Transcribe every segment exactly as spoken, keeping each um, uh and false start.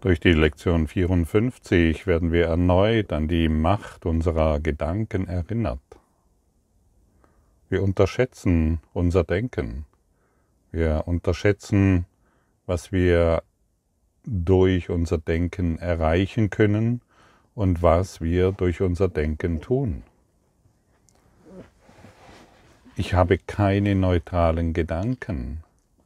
Durch die Lektion vierundfünfzig werden wir erneut an die Macht unserer Gedanken erinnert. Wir unterschätzen unser Denken. Wir unterschätzen, was wir durch unser Denken erreichen können und was wir durch unser Denken tun. Ich habe keine neutralen Gedanken.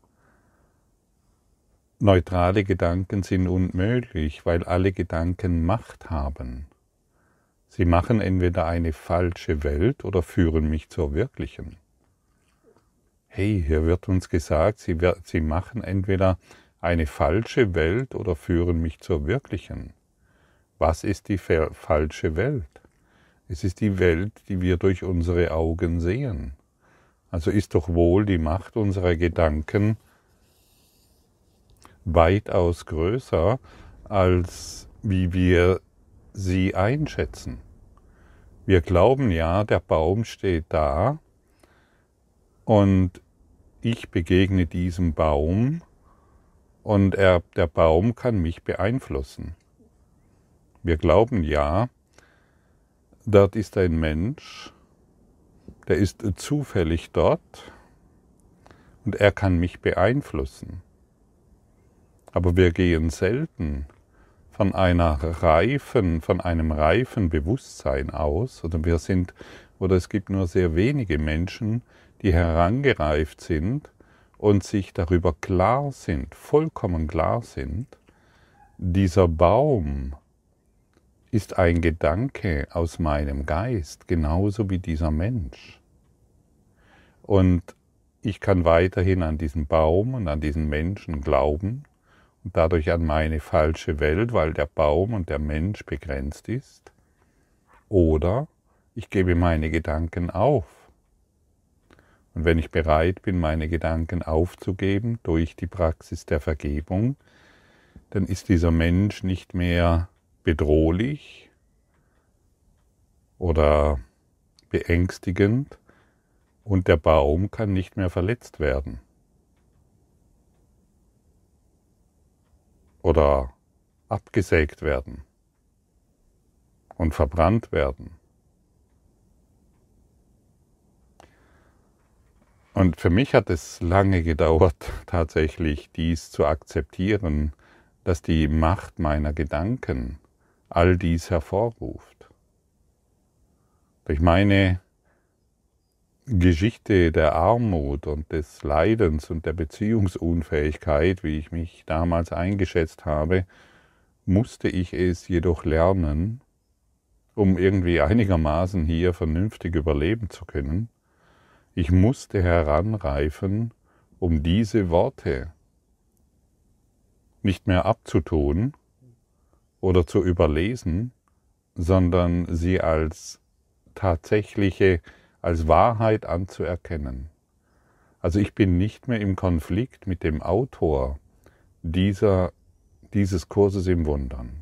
Neutrale Gedanken sind unmöglich, weil alle Gedanken Macht haben. Sie machen entweder eine falsche Welt oder führen mich zur wirklichen. Hey, hier wird uns gesagt, sie, sie machen entweder eine falsche Welt oder führen mich zur wirklichen. Was ist die falsche Welt? Es ist die Welt, die wir durch unsere Augen sehen. Also ist doch wohl die Macht unserer Gedanken weitaus größer, als wie wir sie einschätzen. Wir glauben ja, der Baum steht da und ich begegne diesem Baum und er, der Baum kann mich beeinflussen. Wir glauben ja, dort ist ein Mensch, der ist zufällig dort und er kann mich beeinflussen. Aber wir gehen selten von einer reifen, von einem reifen Bewusstsein aus, oder wir sind, oder es gibt nur sehr wenige Menschen, die herangereift sind und sich darüber klar sind, vollkommen klar sind, dieser Baum ist ein Gedanke aus meinem Geist, genauso wie dieser Mensch. Und ich kann weiterhin an diesen Baum und an diesen Menschen glauben, und dadurch an meine falsche Welt, weil der Baum und der Mensch begrenzt ist. Oder ich gebe meine Gedanken auf. Und wenn ich bereit bin, meine Gedanken aufzugeben durch die Praxis der Vergebung, dann ist dieser Mensch nicht mehr bedrohlich oder beängstigend und der Baum kann nicht mehr verletzt werden. Oder abgesägt werden und verbrannt werden. Und für mich hat es lange gedauert, tatsächlich dies zu akzeptieren, dass die Macht meiner Gedanken all dies hervorruft. Durch meine Geschichte der Armut und des Leidens und der Beziehungsunfähigkeit, wie ich mich damals eingeschätzt habe, musste ich es jedoch lernen, um irgendwie einigermaßen hier vernünftig überleben zu können. Ich musste heranreifen, um diese Worte nicht mehr abzutun oder zu überlesen, sondern sie als tatsächliche als Wahrheit anzuerkennen. Also ich bin nicht mehr im Konflikt mit dem Autor dieser, dieses Kurses im Wundern.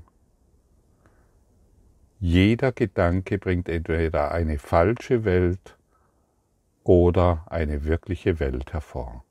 Jeder Gedanke bringt entweder eine falsche Welt oder eine wirkliche Welt hervor.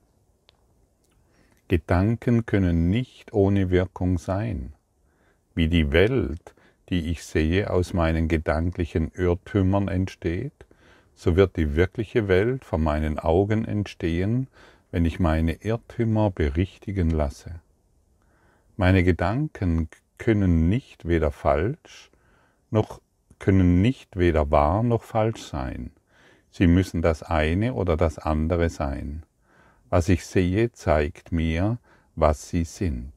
Gedanken können nicht ohne Wirkung sein, wie die Welt, die ich sehe, aus meinen gedanklichen Irrtümern entsteht. So wird die wirkliche Welt vor meinen Augen entstehen, wenn ich meine Irrtümer berichtigen lasse. Meine Gedanken können nicht weder falsch, noch können nicht weder wahr noch falsch sein. Sie müssen das eine oder das andere sein. Was ich sehe, zeigt mir, was sie sind.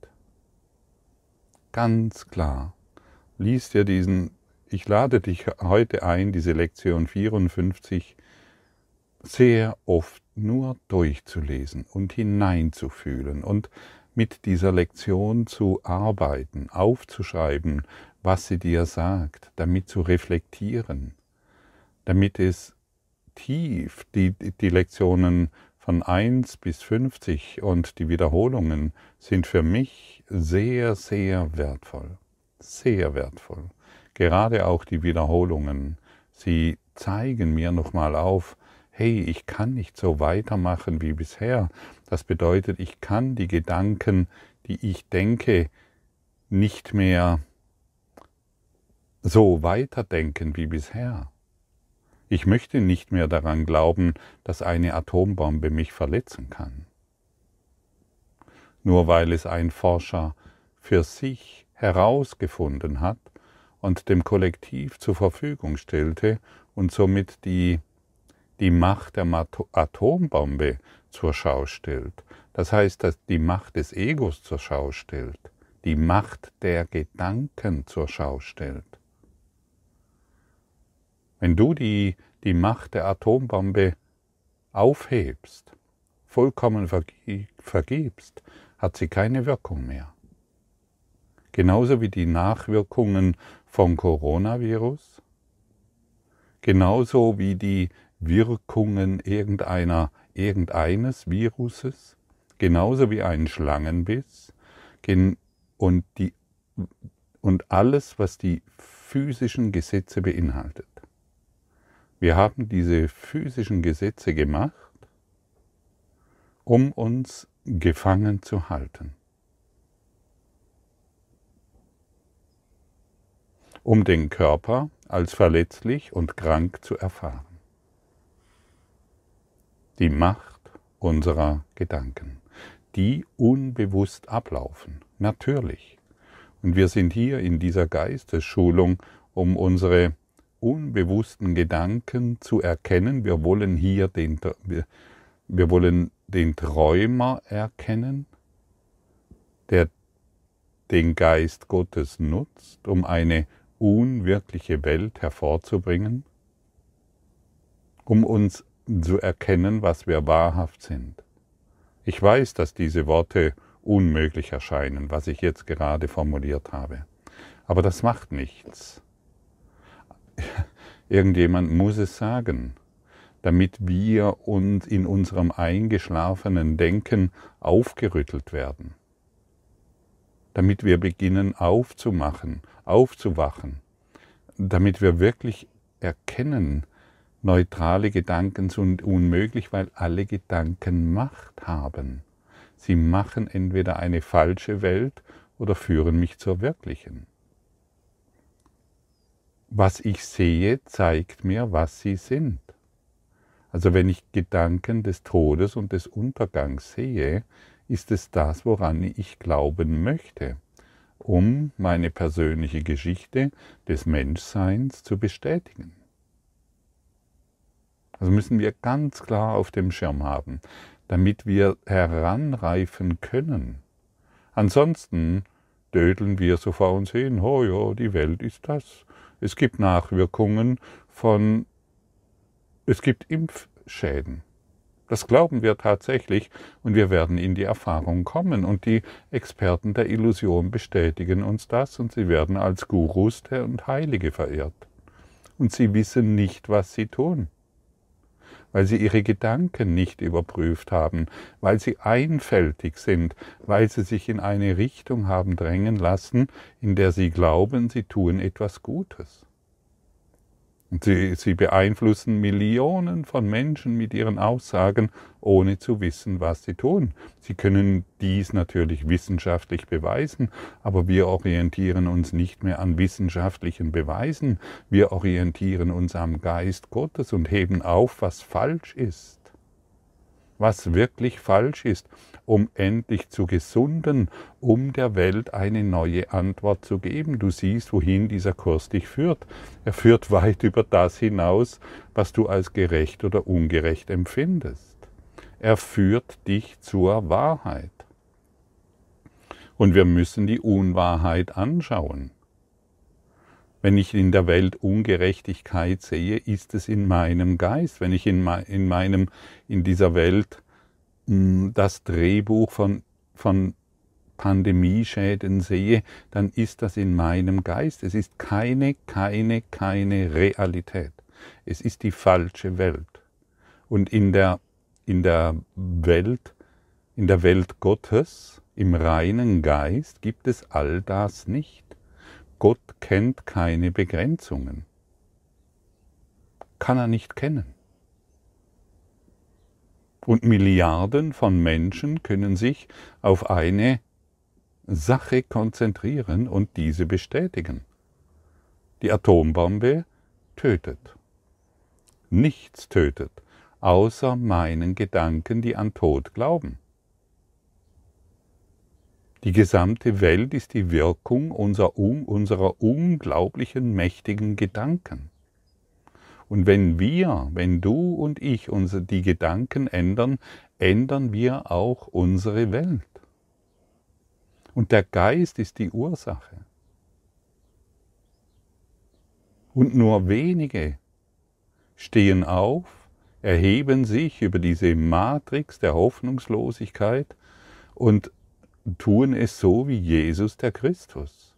Ganz klar. Lies dir diesen Ich lade dich heute ein, diese Lektion vierundfünfzig sehr oft nur durchzulesen und hineinzufühlen und mit dieser Lektion zu arbeiten, aufzuschreiben, was sie dir sagt, damit zu reflektieren, damit es tief, die, die Lektionen von eins bis fünfzig und die Wiederholungen sind für mich sehr, sehr wertvoll, sehr wertvoll. Gerade auch die Wiederholungen, sie zeigen mir nochmal auf, hey, ich kann nicht so weitermachen wie bisher. Das bedeutet, ich kann die Gedanken, die ich denke, nicht mehr so weiterdenken wie bisher. Ich möchte nicht mehr daran glauben, dass eine Atombombe mich verletzen kann. Nur weil es ein Forscher für sich herausgefunden hat und dem Kollektiv zur Verfügung stellte und somit die, die Macht der Atombombe zur Schau stellt. Das heißt, dass die Macht des Egos zur Schau stellt, die Macht der Gedanken zur Schau stellt. Wenn du die, die Macht der Atombombe aufhebst, vollkommen vergibst, hat sie keine Wirkung mehr. Genauso wie die Nachwirkungen vom Coronavirus, genauso wie die Wirkungen irgendeiner, irgendeines Viruses, genauso wie ein Schlangenbiss und, die, und alles, was die physischen Gesetze beinhaltet. Wir haben diese physischen Gesetze gemacht, um uns gefangen zu halten, um den Körper als verletzlich und krank zu erfahren. Die Macht unserer Gedanken, die unbewusst ablaufen, natürlich. Und wir sind hier in dieser Geistesschulung, um unsere unbewussten Gedanken zu erkennen. Wir wollen hier den, wir, wir wollen den Träumer erkennen, der den Geist Gottes nutzt, um eine unwirkliche Welt hervorzubringen, um uns zu erkennen, was wir wahrhaft sind. Ich weiß, dass diese Worte unmöglich erscheinen, was ich jetzt gerade formuliert habe. Aber das macht nichts. Irgendjemand muss es sagen, damit wir uns in unserem eingeschlafenen Denken aufgerüttelt werden. Damit wir beginnen aufzumachen, aufzuwachen. Damit wir wirklich erkennen, neutrale Gedanken sind unmöglich, weil alle Gedanken Macht haben. Sie machen entweder eine falsche Welt oder führen mich zur wirklichen. Was ich sehe, zeigt mir, was sie sind. Also wenn ich Gedanken des Todes und des Untergangs sehe, ist es das, woran ich glauben möchte, um meine persönliche Geschichte des Menschseins zu bestätigen. Also müssen wir ganz klar auf dem Schirm haben, damit wir heranreifen können. Ansonsten dödeln wir so vor uns hin, oh ja, die Welt ist das. Es gibt Nachwirkungen von, es gibt Impfschäden. Das glauben wir tatsächlich und wir werden in die Erfahrung kommen. Und die Experten der Illusion bestätigen uns das und sie werden als Gurus und Heilige verehrt. Und sie wissen nicht, was sie tun, weil sie ihre Gedanken nicht überprüft haben, weil sie einfältig sind, weil sie sich in eine Richtung haben drängen lassen, in der sie glauben, sie tun etwas Gutes. Und sie, sie beeinflussen Millionen von Menschen mit ihren Aussagen, ohne zu wissen, was sie tun. Sie können dies natürlich wissenschaftlich beweisen, aber wir orientieren uns nicht mehr an wissenschaftlichen Beweisen. Wir orientieren uns am Geist Gottes und heben auf, was falsch ist. Was wirklich falsch ist, um endlich zu gesunden, um der Welt eine neue Antwort zu geben. Du siehst, wohin dieser Kurs dich führt. Er führt weit über das hinaus, was du als gerecht oder ungerecht empfindest. Er führt dich zur Wahrheit. Und wir müssen die Unwahrheit anschauen. Wenn ich in der Welt Ungerechtigkeit sehe, ist es in meinem Geist. Wenn ich in, in, meinem, in dieser Welt mh, das Drehbuch von, von Pandemieschäden sehe, dann ist das in meinem Geist. Es ist keine, keine, keine Realität. Es ist die falsche Welt. Und in der, in der Welt, in der Welt Gottes, im reinen Geist, gibt es all das nicht. Gott kennt keine Begrenzungen. Kann er nicht kennen. Und Milliarden von Menschen können sich auf eine Sache konzentrieren und diese bestätigen. Die Atombombe tötet. Nichts tötet, außer meinen Gedanken, die an Tod glauben. Die gesamte Welt ist die Wirkung unserer, unserer unglaublichen, mächtigen Gedanken. Und wenn wir, wenn du und ich unsere, die Gedanken ändern, ändern wir auch unsere Welt. Und der Geist ist die Ursache. Und nur wenige stehen auf, erheben sich über diese Matrix der Hoffnungslosigkeit und tun es so wie Jesus der Christus.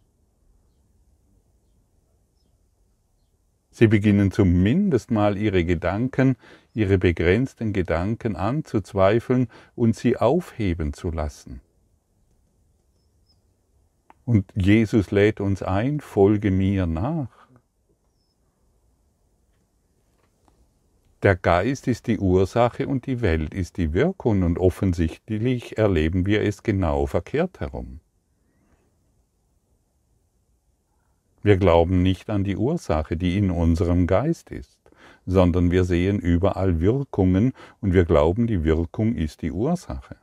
Sie beginnen zumindest mal ihre Gedanken, ihre begrenzten Gedanken anzuzweifeln und sie aufheben zu lassen. Und Jesus lädt uns ein, folge mir nach. Der Geist ist die Ursache und die Welt ist die Wirkung und offensichtlich erleben wir es genau verkehrt herum. Wir glauben nicht an die Ursache, die in unserem Geist ist, sondern wir sehen überall Wirkungen und wir glauben, die Wirkung ist die Ursache.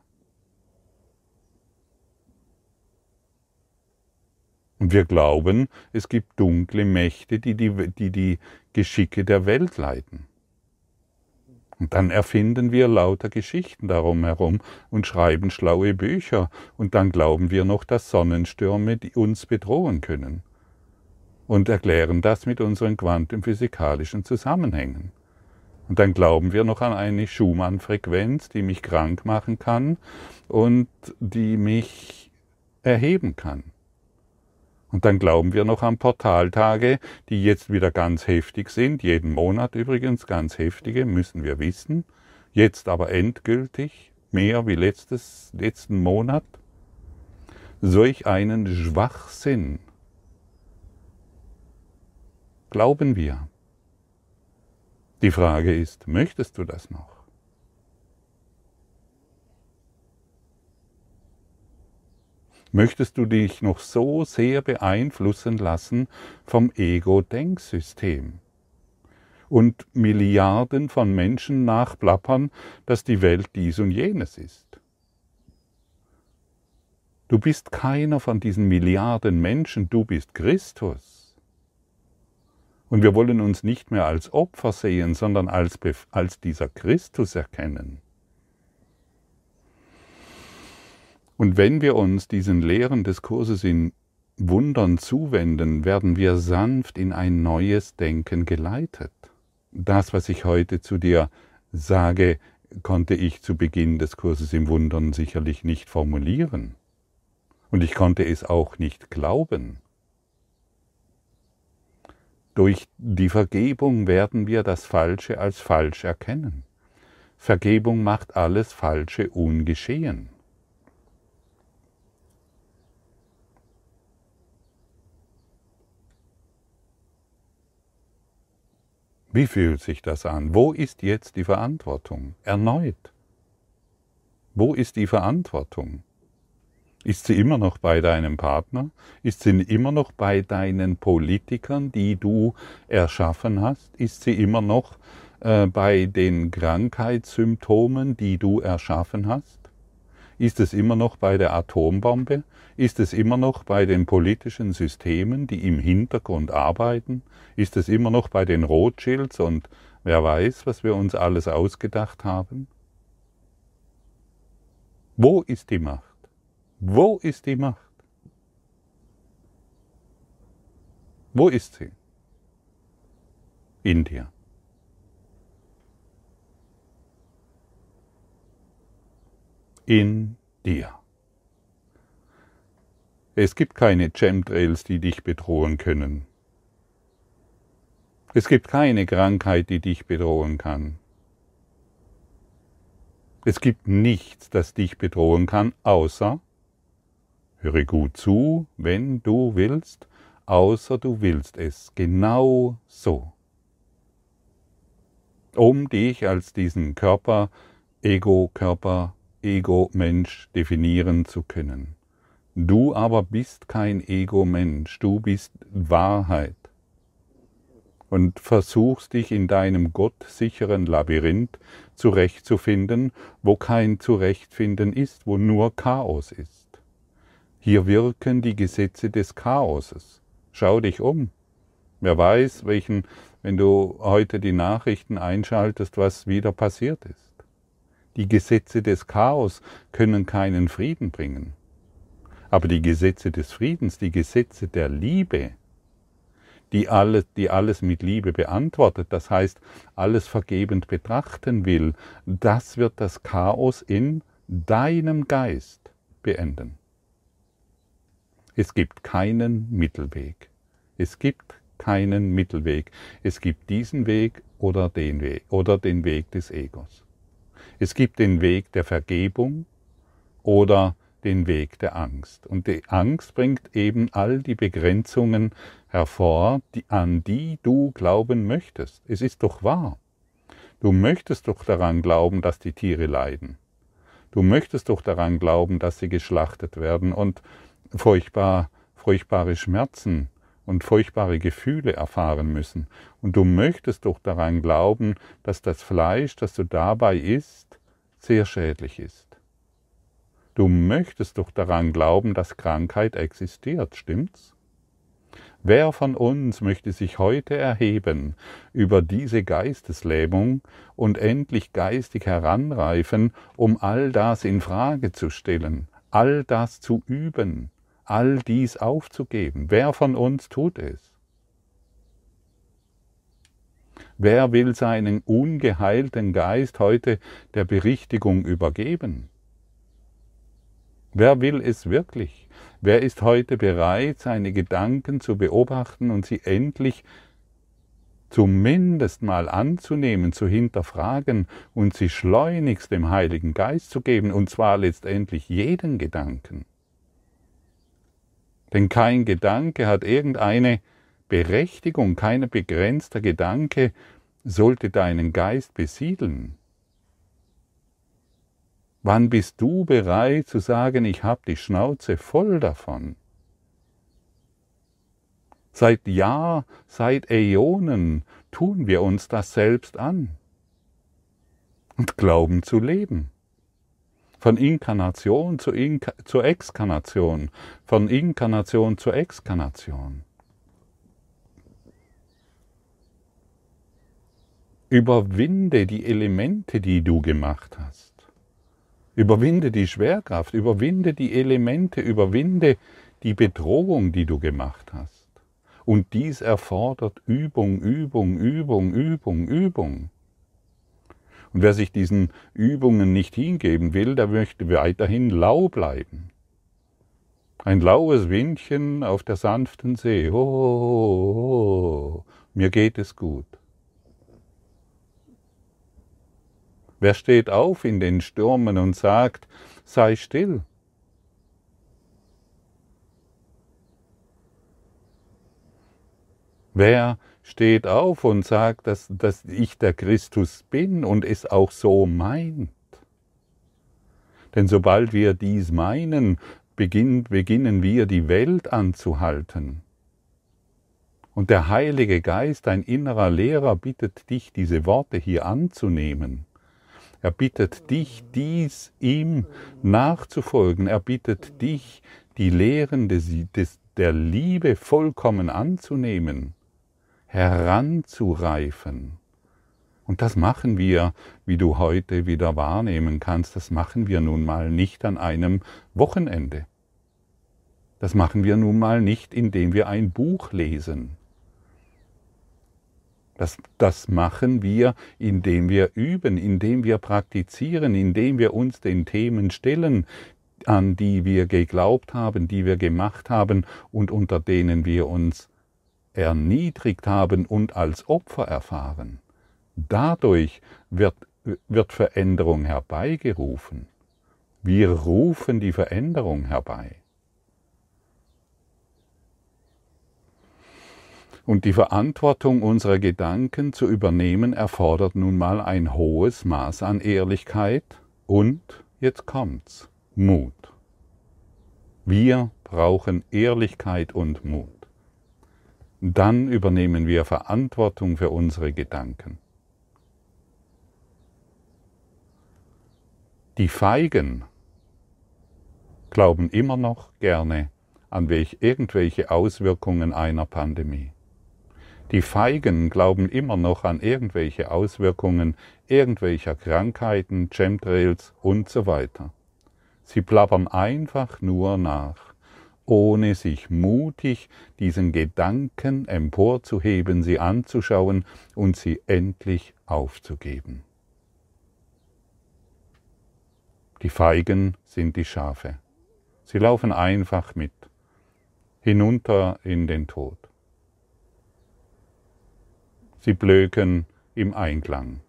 Und wir glauben, es gibt dunkle Mächte, die die, die, die Geschicke der Welt leiten. Und dann erfinden wir lauter Geschichten darum herum und schreiben schlaue Bücher. Und dann glauben wir noch, dass Sonnenstürme uns bedrohen können. Und erklären das mit unseren quantenphysikalischen Zusammenhängen. Und dann glauben wir noch an eine Schumann-Frequenz, die mich krank machen kann und die mich erheben kann. Und dann glauben wir noch an Portaltage, die jetzt wieder ganz heftig sind, jeden Monat übrigens ganz heftige, müssen wir wissen, jetzt aber endgültig, mehr wie letztes, letzten Monat. Solch einen Schwachsinn glauben wir. Die Frage ist, möchtest du das noch? Möchtest du dich noch so sehr beeinflussen lassen vom Ego-Denksystem und Milliarden von Menschen nachplappern, dass die Welt dies und jenes ist? Du bist keiner von diesen Milliarden Menschen, du bist Christus. Und wir wollen uns nicht mehr als Opfer sehen, sondern als, als dieser Christus erkennen. Und wenn wir uns diesen Lehren des Kurses in Wundern zuwenden, werden wir sanft in ein neues Denken geleitet. Das, was ich heute zu dir sage, konnte ich zu Beginn des Kurses im Wundern sicherlich nicht formulieren. Und ich konnte es auch nicht glauben. Durch die Vergebung werden wir das Falsche als falsch erkennen. Vergebung macht alles Falsche ungeschehen. Wie fühlt sich das an? Wo ist jetzt die Verantwortung? Erneut. Wo ist die Verantwortung? Ist sie immer noch bei deinem Partner? Ist sie immer noch bei deinen Politikern, die du erschaffen hast? Ist sie immer noch äh, bei den Krankheitssymptomen, die du erschaffen hast? Ist es immer noch bei der Atombombe? Ist es immer noch bei den politischen Systemen, die im Hintergrund arbeiten? Ist es immer noch bei den Rothschilds und wer weiß, was wir uns alles ausgedacht haben? Wo ist die Macht? Wo ist die Macht? Wo ist sie? In dir. In dir. Es gibt keine Chemtrails, die dich bedrohen können. Es gibt keine Krankheit, die dich bedrohen kann. Es gibt nichts, das dich bedrohen kann, außer, höre gut zu, wenn du willst, außer du willst es genau so. Um dich als diesen Körper, Ego-Körper, Ego-Mensch definieren zu können. Du aber bist kein Ego-Mensch, du bist Wahrheit. Und versuchst dich in deinem gottsicheren Labyrinth zurechtzufinden, wo kein Zurechtfinden ist, wo nur Chaos ist. Hier wirken die Gesetze des Chaoses. Schau dich um. Wer weiß, welchen, wenn du heute die Nachrichten einschaltest, was wieder passiert ist. Die Gesetze des Chaos können keinen Frieden bringen. Aber die Gesetze des Friedens, die Gesetze der Liebe, die alles, die alles mit Liebe beantwortet, das heißt, alles vergebend betrachten will, das wird das Chaos in deinem Geist beenden. Es gibt keinen Mittelweg. Es gibt keinen Mittelweg. Es gibt diesen Weg oder den Weg oder den Weg des Egos. Es gibt den Weg der Vergebung oder den Weg der Angst. Und die Angst bringt eben all die Begrenzungen hervor, die, an die du glauben möchtest. Es ist doch wahr. Du möchtest doch daran glauben, dass die Tiere leiden. Du möchtest doch daran glauben, dass sie geschlachtet werden und furchtbar, furchtbare Schmerzen und furchtbare Gefühle erfahren müssen. Und du möchtest doch daran glauben, dass das Fleisch, das du dabei isst, sehr schädlich ist. Du möchtest doch daran glauben, dass Krankheit existiert, stimmt's? Wer von uns möchte sich heute erheben über diese Geisteslähmung und endlich geistig heranreifen, um all das in Frage zu stellen, all das zu üben, all dies aufzugeben? Wer von uns tut es? Wer will seinen ungeheilten Geist heute der Berichtigung übergeben? Wer will es wirklich? Wer ist heute bereit, seine Gedanken zu beobachten und sie endlich zumindest mal anzunehmen, zu hinterfragen und sie schleunigst dem Heiligen Geist zu geben, und zwar letztendlich jeden Gedanken? Denn kein Gedanke hat irgendeine Berechtigung, kein begrenzter Gedanke sollte deinen Geist besiedeln. Wann bist du bereit zu sagen, ich habe die Schnauze voll davon? Seit Jahr, seit Äonen tun wir uns das selbst an und glauben zu leben. Von Inkarnation zu Inka- zur Exkarnation, von Inkarnation zur Exkarnation. Überwinde die Elemente, die du gemacht hast. Überwinde die Schwerkraft, überwinde die Elemente, überwinde die Bedrohung, die du gemacht hast. Und dies erfordert Übung, Übung, Übung, Übung, Übung. Und wer sich diesen Übungen nicht hingeben will, der möchte weiterhin lau bleiben. Ein laues Windchen auf der sanften See. Oh, oh, oh, mir geht es gut. Wer steht auf in den Stürmen und sagt, sei still? Wer steht auf und sagt, dass, dass ich der Christus bin und es auch so meint? Denn sobald wir dies meinen, beginn, beginnen wir die Welt anzuhalten. Und der Heilige Geist, dein innerer Lehrer, bittet dich, diese Worte hier anzunehmen. Er bittet dich, dies ihm nachzufolgen. Er bittet dich, die Lehren des, des, der Liebe vollkommen anzunehmen, heranzureifen. Und das machen wir, wie du heute wieder wahrnehmen kannst, das machen wir nun mal nicht an einem Wochenende. Das machen wir nun mal nicht, indem wir ein Buch lesen. Das, das machen wir, indem wir üben, indem wir praktizieren, indem wir uns den Themen stellen, an die wir geglaubt haben, die wir gemacht haben und unter denen wir uns erniedrigt haben und als Opfer erfahren. Dadurch wird, wird Veränderung herbeigerufen. Wir rufen die Veränderung herbei. Und die Verantwortung unserer Gedanken zu übernehmen, erfordert nun mal ein hohes Maß an Ehrlichkeit und, jetzt kommt's, Mut. Wir brauchen Ehrlichkeit und Mut. Dann übernehmen wir Verantwortung für unsere Gedanken. Die Feigen glauben immer noch gerne an welch, irgendwelche Auswirkungen einer Pandemie. Die Feigen glauben immer noch an irgendwelche Auswirkungen irgendwelcher Krankheiten, Chemtrails und so weiter. Sie plappern einfach nur nach, ohne sich mutig diesen Gedanken emporzuheben, sie anzuschauen und sie endlich aufzugeben. Die Feigen sind die Schafe. Sie laufen einfach mit, hinunter in den Tod. Sie blöken im Einklang.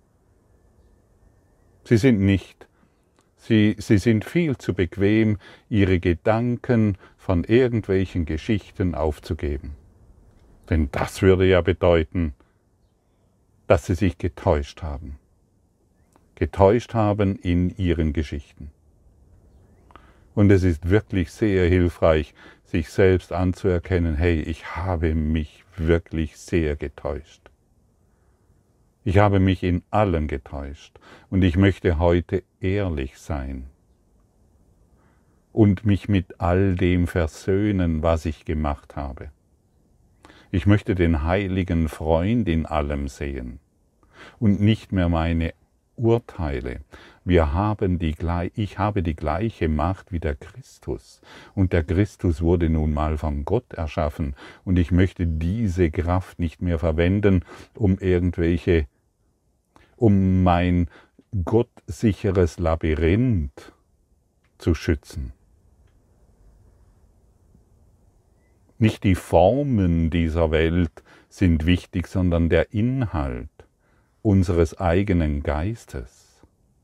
Sie sind nicht, sie, sie sind viel zu bequem, ihre Gedanken von irgendwelchen Geschichten aufzugeben. Denn das würde ja bedeuten, dass sie sich getäuscht haben. Getäuscht haben in ihren Geschichten. Und es ist wirklich sehr hilfreich, sich selbst anzuerkennen, hey, ich habe mich wirklich sehr getäuscht. Ich habe mich in allem getäuscht und ich möchte heute ehrlich sein und mich mit all dem versöhnen, was ich gemacht habe. Ich möchte den heiligen Freund in allem sehen und nicht mehr meine Urteile. Wir haben die, ich habe die gleiche Macht wie der Christus und der Christus wurde nun mal von Gott erschaffen und ich möchte diese Kraft nicht mehr verwenden, um irgendwelche, um mein gottsicheres Labyrinth zu schützen. Nicht die Formen dieser Welt sind wichtig, sondern der Inhalt unseres eigenen Geistes.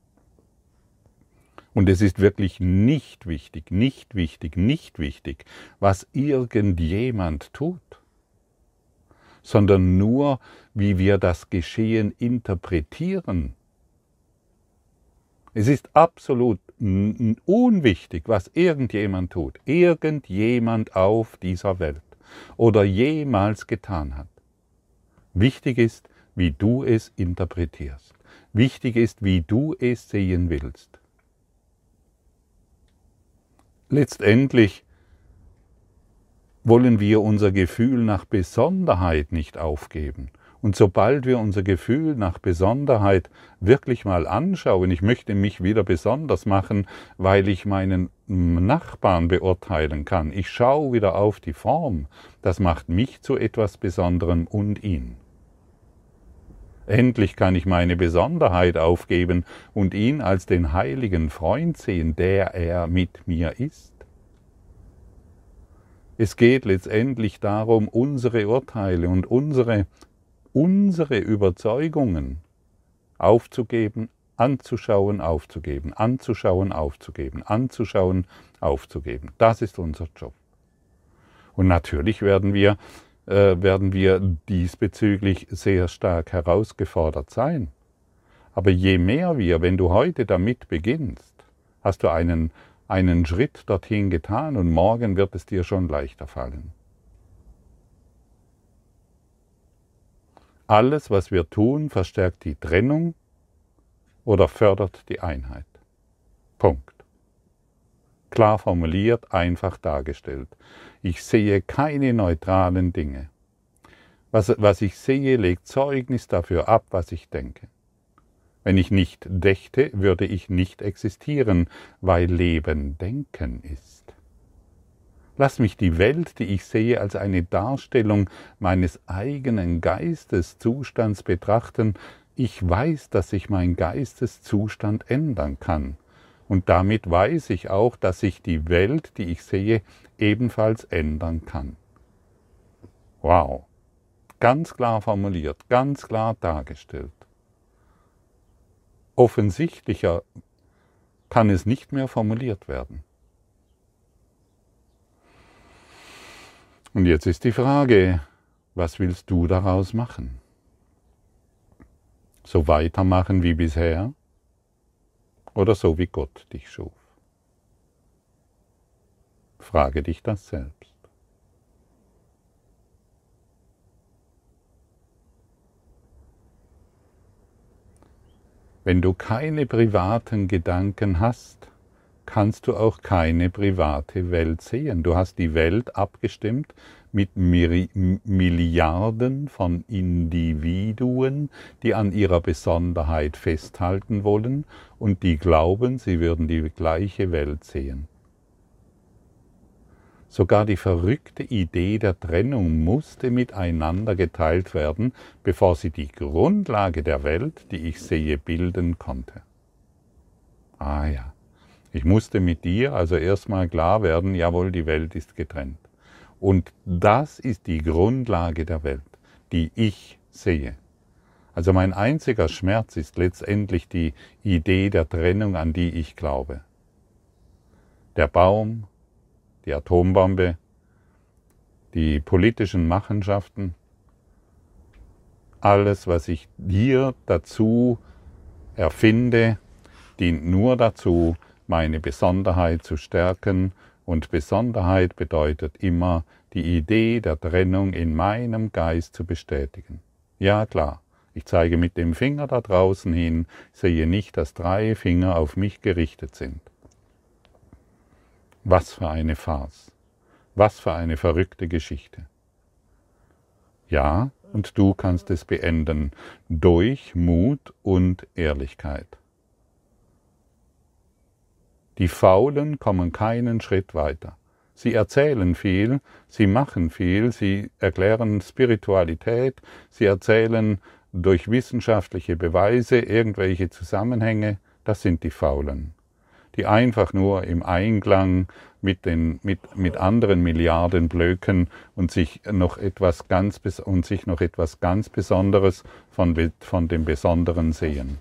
Und es ist wirklich nicht wichtig, nicht wichtig, nicht wichtig, was irgendjemand tut, sondern nur, wie wir das Geschehen interpretieren. Es ist absolut unwichtig, was irgendjemand tut, irgendjemand auf dieser Welt oder jemals getan hat. Wichtig ist, wie du es interpretierst. Wichtig ist, wie du es sehen willst. Letztendlich wollen wir unser Gefühl nach Besonderheit nicht aufgeben. Und sobald wir unser Gefühl nach Besonderheit wirklich mal anschauen, ich möchte mich wieder besonders machen, weil ich meinen Nachbarn beurteilen kann. Ich schaue wieder auf die Form. Das macht mich zu etwas Besonderem und ihn. Endlich kann ich meine Besonderheit aufgeben und ihn als den heiligen Freund sehen, der er mit mir ist. Es geht letztendlich darum, unsere Urteile und unsere, unsere Überzeugungen aufzugeben, anzuschauen, aufzugeben, anzuschauen, aufzugeben, anzuschauen, aufzugeben. Das ist unser Job. Und natürlich werden wir werden wir diesbezüglich sehr stark herausgefordert sein. Aber je mehr wir, wenn du heute damit beginnst, hast du einen, einen Schritt dorthin getan und morgen wird es dir schon leichter fallen. Alles, was wir tun, verstärkt die Trennung oder fördert die Einheit. Punkt. Klar formuliert, einfach dargestellt. Ich sehe keine neutralen Dinge. Was, was ich sehe, legt Zeugnis dafür ab, was ich denke. Wenn ich nicht dächte, würde ich nicht existieren, weil Leben Denken ist. Lass mich die Welt, die ich sehe, als eine Darstellung meines eigenen Geisteszustands betrachten. Ich weiß, dass sich mein Geisteszustand ändern kann. Und damit weiß ich auch, dass sich die Welt, die ich sehe, ebenfalls ändern kann. Wow! Ganz klar formuliert, ganz klar dargestellt. Offensichtlicher kann es nicht mehr formuliert werden. Und jetzt ist die Frage, was willst du daraus machen? So weitermachen wie bisher? Oder so wie Gott dich schuf. Frage dich das selbst. Wenn du keine privaten Gedanken hast, kannst du auch keine private Welt sehen. Du hast die Welt abgestimmt mit Milliarden von Individuen, die an ihrer Besonderheit festhalten wollen und die glauben, sie würden die gleiche Welt sehen. Sogar die verrückte Idee der Trennung musste miteinander geteilt werden, bevor sie die Grundlage der Welt, die ich sehe, bilden konnte. Ah ja, ich musste mit dir also erstmal klar werden, jawohl, die Welt ist getrennt. Und das ist die Grundlage der Welt, die ich sehe. Also mein einziger Schmerz ist letztendlich die Idee der Trennung, an die ich glaube. Der Baum, die Atombombe, die politischen Machenschaften, alles, was ich hier dazu erfinde, dient nur dazu, meine Besonderheit zu stärken, und Besonderheit bedeutet immer, die Idee der Trennung in meinem Geist zu bestätigen. Ja klar, ich zeige mit dem Finger da draußen hin, sehe nicht, dass drei Finger auf mich gerichtet sind. Was für eine Farce, was für eine verrückte Geschichte. Ja, und du kannst es beenden durch Mut und Ehrlichkeit. Die Faulen kommen keinen Schritt weiter. Sie erzählen viel, sie machen viel, sie erklären Spiritualität, sie erzählen durch wissenschaftliche Beweise irgendwelche Zusammenhänge, das sind die Faulen, die einfach nur im Einklang mit, den, mit, mit anderen Milliarden Blöcken und sich noch etwas ganz, und sich noch etwas ganz Besonderes von, von dem Besonderen sehen.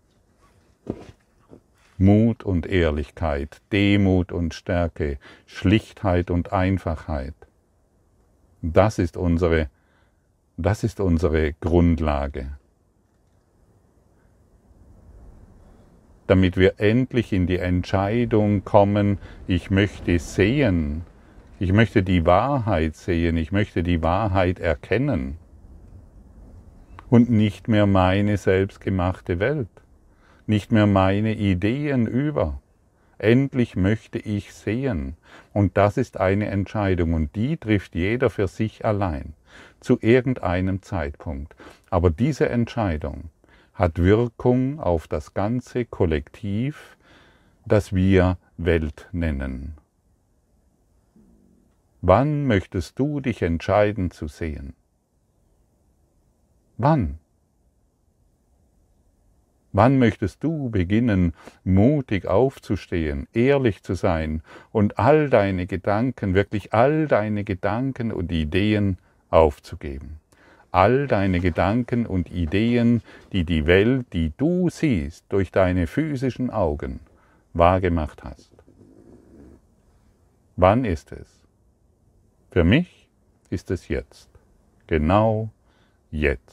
Mut und Ehrlichkeit, Demut und Stärke, Schlichtheit und Einfachheit. Das ist unsere, das ist unsere Grundlage. Damit wir endlich in die Entscheidung kommen, ich möchte sehen, ich möchte die Wahrheit sehen, ich möchte die Wahrheit erkennen und nicht mehr meine selbstgemachte Welt. Nicht mehr meine Ideen über. Endlich möchte ich sehen. Und das ist eine Entscheidung und die trifft jeder für sich allein, zu irgendeinem Zeitpunkt. Aber diese Entscheidung hat Wirkung auf das ganze Kollektiv, das wir Welt nennen. Wann möchtest du dich entscheiden zu sehen? Wann? Wann möchtest du beginnen, mutig aufzustehen, ehrlich zu sein und all deine Gedanken, wirklich all deine Gedanken und Ideen aufzugeben? All deine Gedanken und Ideen, die die Welt, die du siehst, durch deine physischen Augen wahrgemacht hast. Wann ist es? Für mich ist es jetzt. Genau jetzt.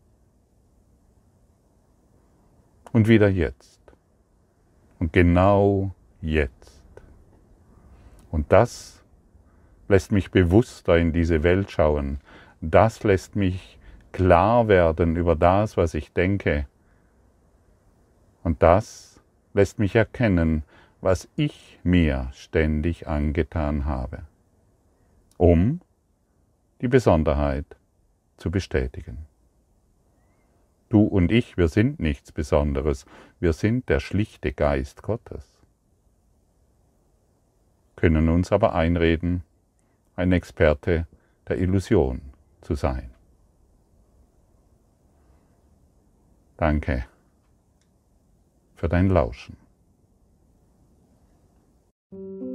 Und wieder jetzt. Und genau jetzt. Und das lässt mich bewusster in diese Welt schauen. Das lässt mich klar werden über das, was ich denke. Und das lässt mich erkennen, was ich mir ständig angetan habe, um die Besonderheit zu bestätigen. Du und ich, wir sind nichts Besonderes, wir sind der schlichte Geist Gottes, können uns aber einreden, ein Experte der Illusion zu sein. Danke für dein Lauschen.